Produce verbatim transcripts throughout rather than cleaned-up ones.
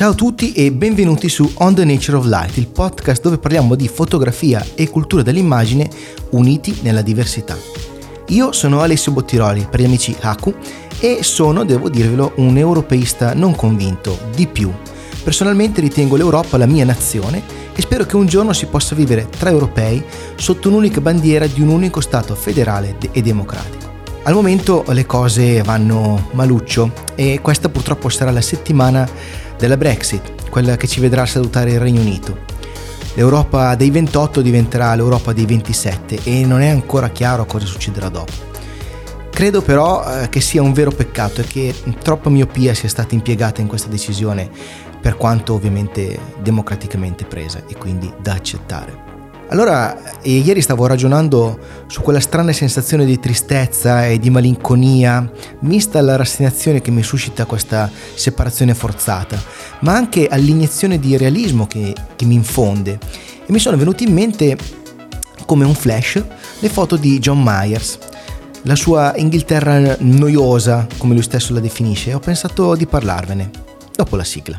Ciao a tutti e benvenuti su On the Nature of Light, il podcast dove parliamo di fotografia e cultura dell'immagine uniti nella diversità. Io sono Alessio Bottiroli, per gli amici Haku, e sono, devo dirvelo, un europeista non convinto, di più. Personalmente ritengo l'Europa la mia nazione e spero che un giorno si possa vivere tra europei sotto un'unica bandiera di un unico Stato federale e democratico. Al momento le cose vanno maluccio e questa purtroppo sarà la settimana della Brexit, quella che ci vedrà salutare il Regno Unito. L'Europa dei ventotto diventerà l'Europa dei ventisette e non è ancora chiaro cosa succederà dopo. Credo però eh, che sia un vero peccato e che troppa miopia sia stata impiegata in questa decisione, per quanto ovviamente democraticamente presa e quindi da accettare. Allora, eh, ieri stavo ragionando su quella strana sensazione di tristezza e di malinconia, mista alla rassegnazione che mi suscita questa separazione forzata, ma anche all'iniezione di realismo che, che mi infonde. E mi sono venuti in mente, come un flash, le foto di John Myers, la sua Inghilterra noiosa, come lui stesso la definisce, e ho pensato di parlarvene, dopo la sigla.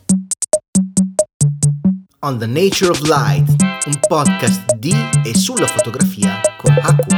On the Nature of Light, un podcast di e sulla fotografia con Haku.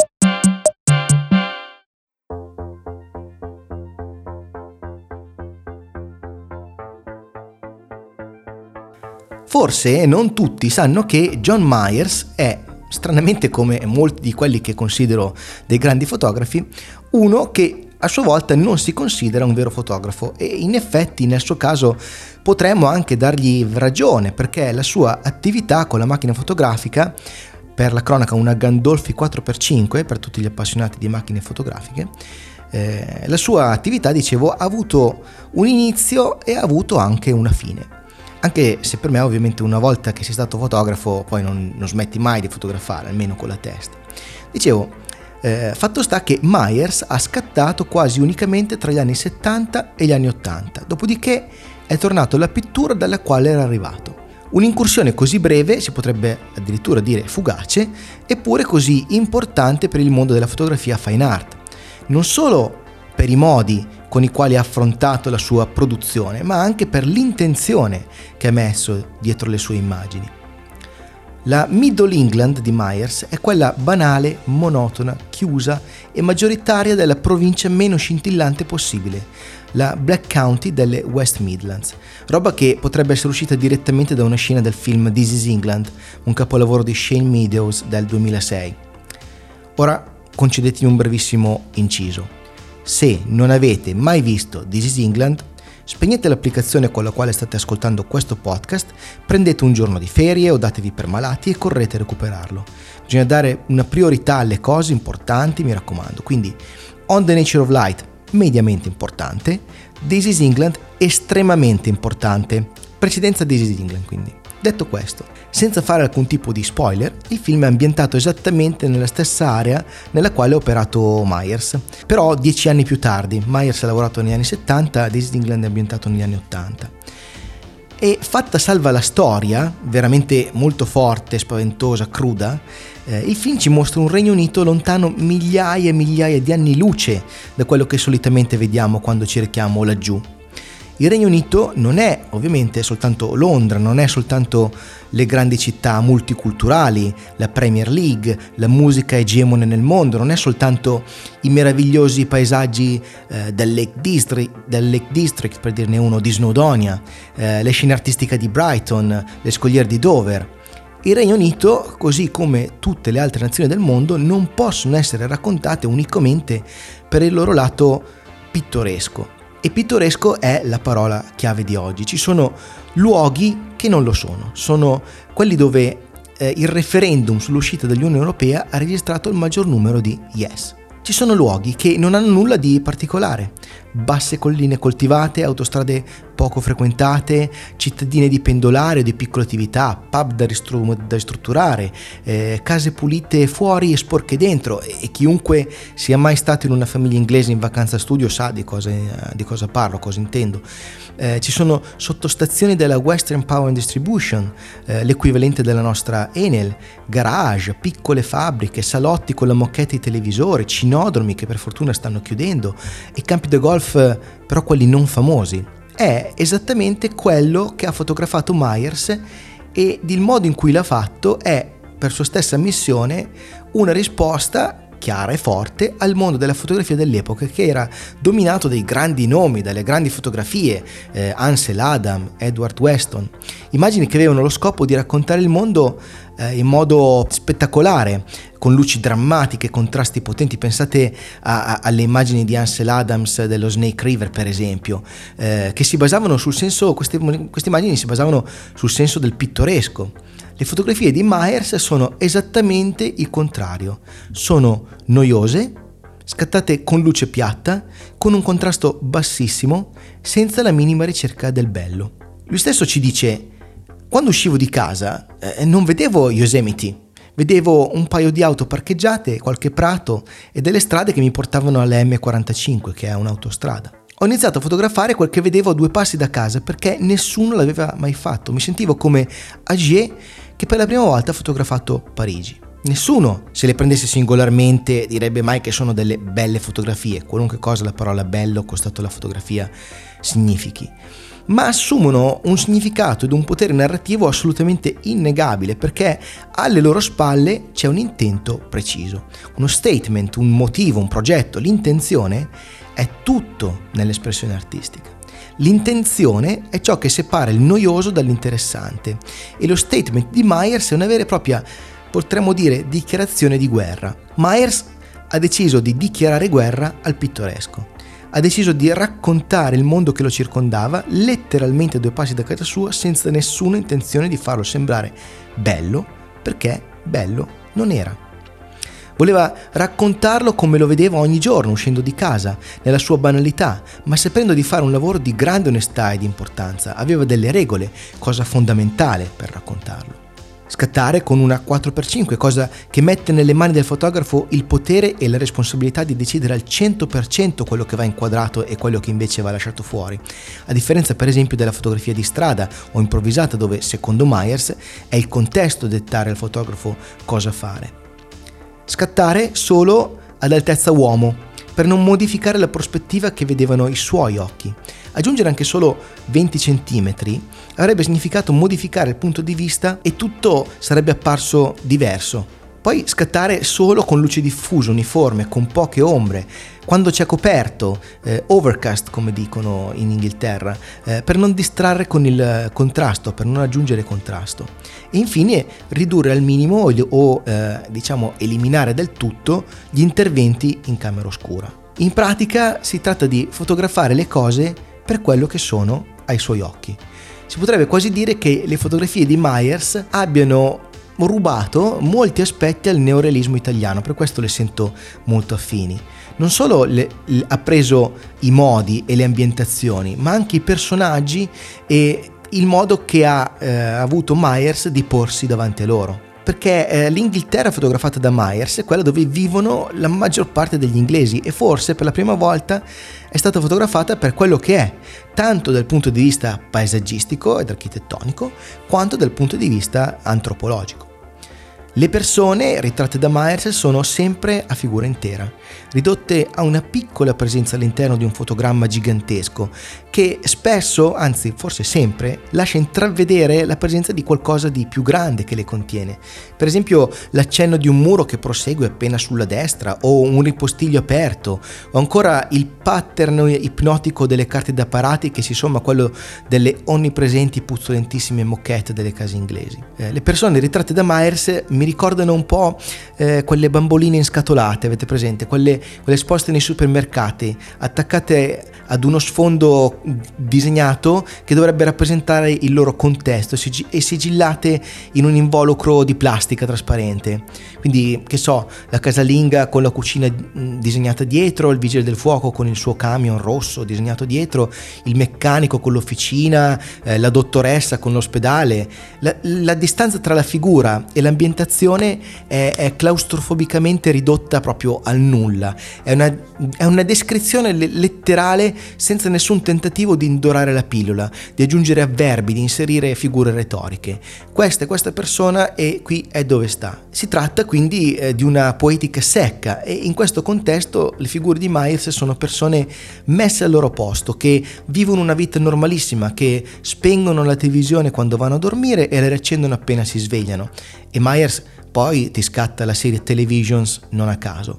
Forse non tutti sanno che John Myers è, stranamente come molti di quelli che considero dei grandi fotografi, uno che a sua volta non si considera un vero fotografo e in effetti nel suo caso potremmo anche dargli ragione, perché la sua attività con la macchina fotografica, per la cronaca una Gandolfi quattro per cinque per tutti gli appassionati di macchine fotografiche, eh, la sua attività, dicevo, ha avuto un inizio e ha avuto anche una fine. Anche se per me ovviamente una volta che sei stato fotografo poi non, non smetti mai di fotografare, almeno con la testa. Dicevo, Eh, fatto sta che Myers ha scattato quasi unicamente tra gli anni settanta e gli anni ottanta, dopodiché è tornato alla pittura dalla quale era arrivato. Un'incursione così breve, si potrebbe addirittura dire fugace, eppure così importante per il mondo della fotografia fine art, non solo per i modi con i quali ha affrontato la sua produzione, ma anche per l'intenzione che ha messo dietro le sue immagini. La Middle England di Myers è quella banale, monotona, chiusa e maggioritaria della provincia meno scintillante possibile, la Black County delle West Midlands, roba che potrebbe essere uscita direttamente da una scena del film This is England, un capolavoro di Shane Meadows del duemilasei. Ora concedetemi un brevissimo inciso. Se non avete mai visto This is England, spegnete l'applicazione con la quale state ascoltando questo podcast, prendete un giorno di ferie o datevi per malati e correte a recuperarlo. Bisogna dare una priorità alle cose importanti, mi raccomando. Quindi On the Nature of Light, mediamente importante, This is England, estremamente importante, precedenza This is England quindi. Detto questo, senza fare alcun tipo di spoiler, il film è ambientato esattamente nella stessa area nella quale ha operato Myers, però dieci anni più tardi. Myers ha lavorato negli anni settanta, This is England è ambientato negli anni ottanta. E fatta salva la storia, veramente molto forte, spaventosa, cruda, eh, il film ci mostra un Regno Unito lontano migliaia e migliaia di anni luce da quello che solitamente vediamo quando ci rechiamo laggiù. Il Regno Unito non è ovviamente soltanto Londra, non è soltanto le grandi città multiculturali, la Premier League, la musica egemone nel mondo, non è soltanto i meravigliosi paesaggi eh, del Lake District, del Lake District, per dirne uno, di Snowdonia, eh, le scene artistiche di Brighton, le scogliere di Dover. Il Regno Unito, così come tutte le altre nazioni del mondo, non possono essere raccontate unicamente per il loro lato pittoresco. E pittoresco è la parola chiave di oggi. Ci sono luoghi che non lo sono, sono quelli dove eh, il referendum sull'uscita dall'Unione Europea ha registrato il maggior numero di yes. Ci sono luoghi che non hanno nulla di particolare, basse colline coltivate, autostrade poco frequentate, cittadine di pendolare o di piccola attività, pub da, ristru- da ristrutturare, eh, case pulite fuori e sporche dentro, e, e chiunque sia mai stato in una famiglia inglese in vacanza studio sa di cosa, di cosa parlo, cosa intendo. Eh, ci sono sottostazioni della Western Power and Distribution, eh, l'equivalente della nostra Enel, garage, piccole fabbriche, salotti con la moquette di televisore, cinodromi che per fortuna stanno chiudendo e campi da golf, però quelli non famosi. è esattamente quello che ha fotografato Myers, e il modo in cui l'ha fatto è, per sua stessa ammissione, una risposta chiara e forte al mondo della fotografia dell'epoca, che era dominato dai grandi nomi, dalle grandi fotografie, eh, Ansel Adams, Edward Weston, immagini che avevano lo scopo di raccontare il mondo eh, in modo spettacolare, con luci drammatiche, contrasti potenti. Pensate a, a, alle immagini di Ansel Adams dello Snake River, per esempio, eh, che si basavano sul senso, queste, queste immagini si basavano sul senso del pittoresco. Le fotografie di Myers sono esattamente il contrario, sono noiose, scattate con luce piatta, con un contrasto bassissimo, senza la minima ricerca del bello. Lui stesso ci dice: quando uscivo di casa eh, non vedevo Yosemite, vedevo un paio di auto parcheggiate, qualche prato e delle strade che mi portavano alla emme quarantacinque, che è un'autostrada. Ho iniziato a fotografare quel che vedevo a due passi da casa, perché nessuno l'aveva mai fatto. Mi sentivo come Auger, che per la prima volta ha fotografato Parigi. Nessuno, se le prendesse singolarmente, direbbe mai che sono delle belle fotografie, qualunque cosa la parola bello costato alla fotografia significhi, ma assumono un significato ed un potere narrativo assolutamente innegabile, perché alle loro spalle c'è un intento preciso, uno statement, un motivo, un progetto. L'intenzione è tutto nell'espressione artistica. L'intenzione è ciò che separa il noioso dall'interessante, e lo statement di Myers è una vera e propria, potremmo dire, dichiarazione di guerra. Myers ha deciso di dichiarare guerra al pittoresco, ha deciso di raccontare il mondo che lo circondava letteralmente a due passi da casa sua, senza nessuna intenzione di farlo sembrare bello, perché bello non era. Voleva raccontarlo come lo vedeva ogni giorno uscendo di casa, nella sua banalità, ma sapendo di fare un lavoro di grande onestà e di importanza. Aveva delle regole, cosa fondamentale per raccontarlo. Scattare con una quattro per cinque, cosa che mette nelle mani del fotografo il potere e la responsabilità di decidere al cento per cento quello che va inquadrato e quello che invece va lasciato fuori, a differenza per esempio della fotografia di strada o improvvisata, dove secondo Myers è il contesto a dettare al fotografo cosa fare. Scattare solo ad altezza uomo, per non modificare la prospettiva che vedevano i suoi occhi. Aggiungere anche solo venti centimetri avrebbe significato modificare il punto di vista e tutto sarebbe apparso diverso. Poi scattare solo con luce diffusa, uniforme, con poche ombre, quando c'è coperto, eh, overcast come dicono in Inghilterra, eh, per non distrarre con il contrasto, per non aggiungere contrasto. E infine ridurre al minimo o eh, diciamo eliminare del tutto gli interventi in camera oscura. In pratica si tratta di fotografare le cose per quello che sono ai suoi occhi. Si potrebbe quasi dire che le fotografie di Myers abbiano rubato molti aspetti al neorealismo italiano, per questo le sento molto affini. Non solo le, le, ha preso i modi e le ambientazioni, ma anche i personaggi e il modo che ha eh, avuto Myers di porsi davanti a loro. Perché eh, l'Inghilterra fotografata da Myers è quella dove vivono la maggior parte degli inglesi, e forse per la prima volta è stata fotografata per quello che è, tanto dal punto di vista paesaggistico ed architettonico, quanto dal punto di vista antropologico. Le persone ritratte da Myers sono sempre a figura intera, ridotte a una piccola presenza all'interno di un fotogramma gigantesco, che spesso, anzi forse sempre, lascia intravedere la presenza di qualcosa di più grande che le contiene. Per esempio l'accenno di un muro che prosegue appena sulla destra, o un ripostiglio aperto, o ancora il pattern ipnotico delle carte da parati che si somma a quello delle onnipresenti puzzolentissime moquette delle case inglesi. Eh, le persone ritratte da Myers mi ricordano un po' eh, quelle bamboline inscatolate, avete presente? Quelle, quelle esposte nei supermercati, attaccate ad uno sfondo disegnato che dovrebbe rappresentare il loro contesto e sigillate in un involucro di plastica trasparente. Quindi, che so, la casalinga con la cucina disegnata dietro, il vigile del fuoco con il suo camion rosso disegnato dietro, il meccanico con l'officina, eh, la dottoressa con l'ospedale. La, la distanza tra la figura e l'ambientazione è, è claustrofobicamente ridotta proprio al nulla. È una, è una descrizione letterale senza nessun tentativo tentativo di indorare la pillola, di aggiungere avverbi, di inserire figure retoriche. Questa è questa persona e qui è dove sta. Si tratta quindi eh, di una poetica secca e in questo contesto le figure di Myers sono persone messe al loro posto, che vivono una vita normalissima, che spengono la televisione quando vanno a dormire e la riaccendono appena si svegliano. E Myers poi ti scatta la serie Televisions non a caso.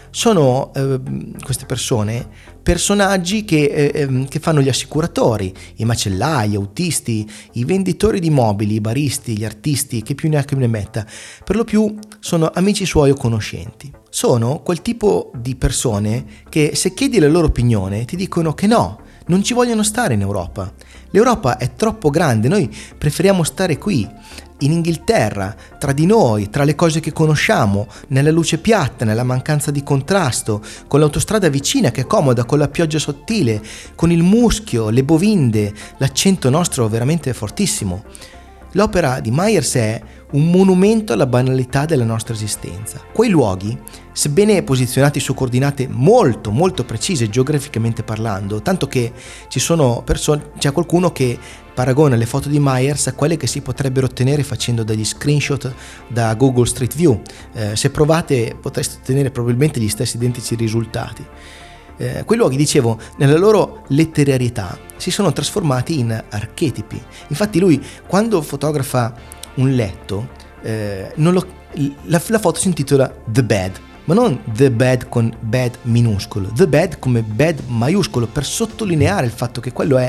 Sono eh, queste persone personaggi che, eh, che fanno gli assicuratori, i macellai, gli autisti, i venditori di mobili, i baristi, gli artisti, che più ne ha che ne metta. Per lo più sono amici suoi o conoscenti. Sono quel tipo di persone che se chiedi la loro opinione ti dicono che no, non ci vogliono stare in Europa. L'Europa è troppo grande, noi preferiamo stare qui, in Inghilterra, tra di noi, tra le cose che conosciamo, nella luce piatta, nella mancanza di contrasto, con l'autostrada vicina che è comoda, con la pioggia sottile, con il muschio, le bovinde, l'accento nostro veramente fortissimo. L'opera di Myers è un monumento alla banalità della nostra esistenza. Quei luoghi, sebbene posizionati su coordinate molto molto precise geograficamente parlando, tanto che ci sono persone, c'è qualcuno che paragona le foto di Myers a quelle che si potrebbero ottenere facendo degli screenshot da Google Street View. Eh, se provate potreste ottenere probabilmente gli stessi identici risultati. Eh, quei luoghi, dicevo, nella loro letterarietà si sono trasformati in archetipi. Infatti lui, quando fotografa un letto, eh, non lo, la, la foto si intitola The Bed, ma non The Bed con bed minuscolo, The Bed come bed maiuscolo, per sottolineare il fatto che quello è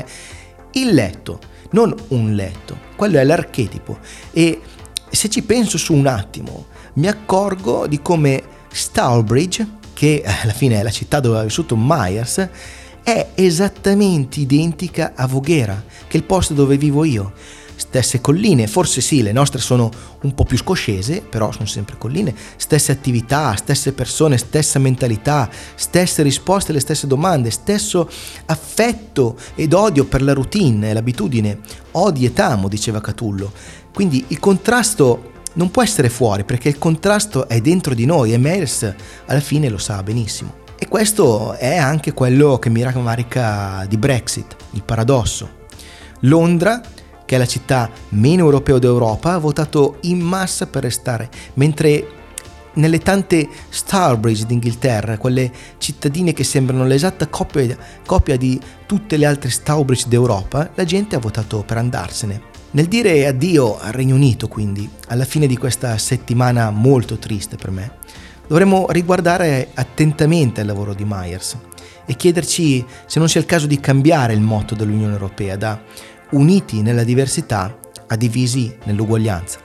il letto, non un letto, quello è l'archetipo. E se ci penso su un attimo, mi accorgo di come Stourbridge, che alla fine è la città dove ha vissuto Myers, è esattamente identica a Voghera, che è il posto dove vivo io. Stesse colline, forse sì, le nostre sono un po' più scoscese, però sono sempre colline, stesse attività, stesse persone, stessa mentalità, stesse risposte alle stesse domande, stesso affetto ed odio per la routine e l'abitudine. Odi et amo, diceva Catullo. Quindi il contrasto non può essere fuori, perché il contrasto è dentro di noi e Myers alla fine lo sa benissimo. E questo è anche quello che mi rammarica di Brexit, il paradosso. Londra, che è la città meno europea d'Europa, ha votato in massa per restare, mentre nelle tante Stourbridge d'Inghilterra, quelle cittadine che sembrano l'esatta copia, copia di tutte le altre Stourbridge d'Europa, la gente ha votato per andarsene. Nel dire addio al Regno Unito, quindi, alla fine di questa settimana molto triste per me, dovremmo riguardare attentamente il lavoro di Myers e chiederci se non sia il caso di cambiare il motto dell'Unione Europea da uniti nella diversità a divisi nell'uguaglianza.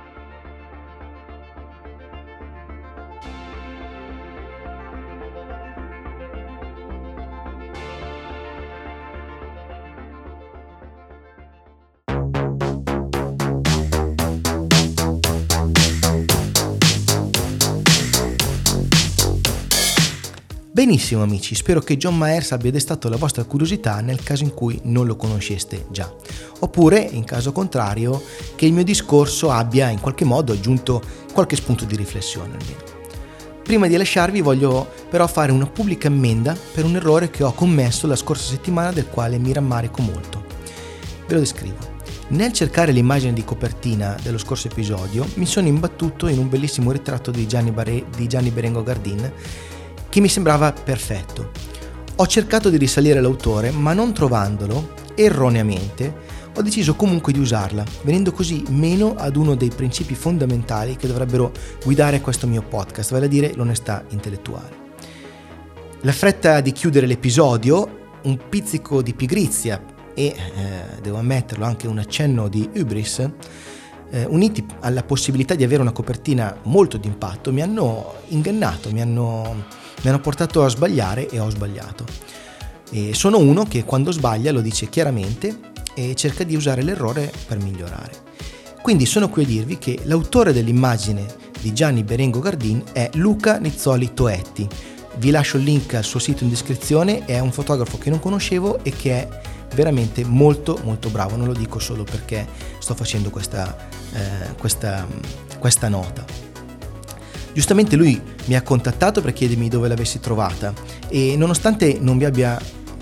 Benissimo amici, spero che John Myers abbia destato la vostra curiosità nel caso in cui non lo conosceste già, oppure in caso contrario che il mio discorso abbia in qualche modo aggiunto qualche spunto di riflessione almeno. Prima di lasciarvi voglio però fare una pubblica ammenda per un errore che ho commesso la scorsa settimana, del quale mi rammarico molto. Ve lo descrivo. Nel cercare l'immagine di copertina dello scorso episodio mi sono imbattuto in un bellissimo ritratto di Gianni, Bare- di Gianni Berengo Gardin che mi sembrava perfetto. Ho cercato di risalire l'autore, ma non trovandolo, erroneamente, ho deciso comunque di usarla, venendo così meno ad uno dei principi fondamentali che dovrebbero guidare questo mio podcast, vale a dire l'onestà intellettuale. La fretta di chiudere l'episodio, un pizzico di pigrizia e, eh, devo ammetterlo, anche un accenno di hubris, eh, uniti alla possibilità di avere una copertina molto d'impatto, mi hanno ingannato, mi hanno... mi hanno portato a sbagliare e ho sbagliato. E sono uno che quando sbaglia lo dice chiaramente e cerca di usare l'errore per migliorare. Quindi sono qui a dirvi che l'autore dell'immagine di Gianni Berengo Gardin è Luca Nizzoli Toetti. Vi lascio il link al suo sito in descrizione, è un fotografo che non conoscevo e che è veramente molto molto bravo, non lo dico solo perché sto facendo questa, eh, questa, questa nota. Giustamente lui mi ha contattato per chiedermi dove l'avessi trovata e nonostante non vi abbia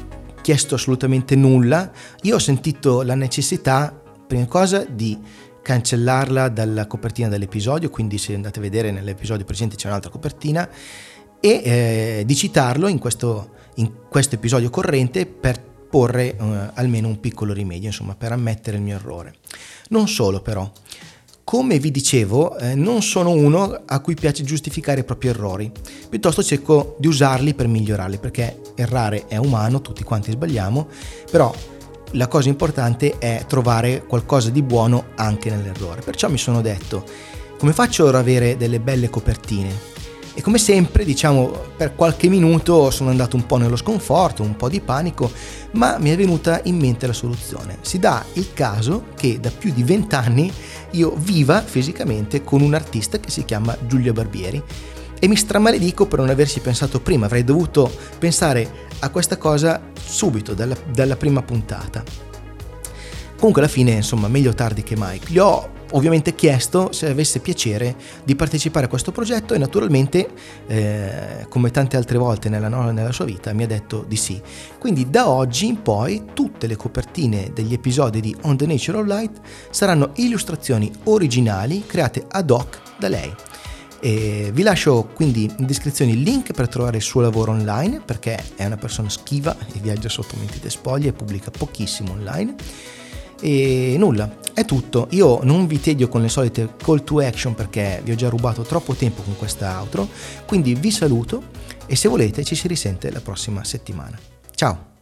chiesto assolutamente nulla. Io ho sentito la necessità, prima cosa, di cancellarla dalla copertina dell'episodio, quindi se andate a vedere nell'episodio precedente c'è un'altra copertina, e eh, di citarlo in questo, in questo episodio corrente per porre eh, almeno un piccolo rimedio, insomma, per ammettere il mio errore. Non solo, però, come vi dicevo, eh, non sono uno a cui piace giustificare i propri errori, piuttosto cerco di usarli per migliorarli, perché errare è umano, tutti quanti sbagliamo, però la cosa importante è trovare qualcosa di buono anche nell'errore. Perciò mi sono detto, come faccio ad avere delle belle copertine? E come sempre, diciamo, per qualche minuto sono andato un po' nello sconforto, un po' di panico, ma mi è venuta in mente la soluzione. Si dà il caso che da più di vent'anni io viva fisicamente con un artista che si chiama Giulio Barbieri e mi stramaledico per non averci pensato prima. Avrei dovuto pensare a questa cosa subito, dalla, dalla prima puntata. Comunque alla fine, insomma, meglio tardi che mai. Gli ho ovviamente chiesto se avesse piacere di partecipare a questo progetto e naturalmente, eh, come tante altre volte nella, nella sua vita, mi ha detto di sì. Quindi da oggi in poi tutte le copertine degli episodi di On the Nature of Light saranno illustrazioni originali create ad hoc da lei. E vi lascio quindi in descrizione il link per trovare il suo lavoro online, perché è una persona schiva e viaggia sotto mentite spoglie e pubblica pochissimo online. E nulla, è tutto. Io non vi tedio con le solite call to action perché vi ho già rubato troppo tempo con questa outro, quindi vi saluto e se volete ci si risente la prossima settimana. Ciao!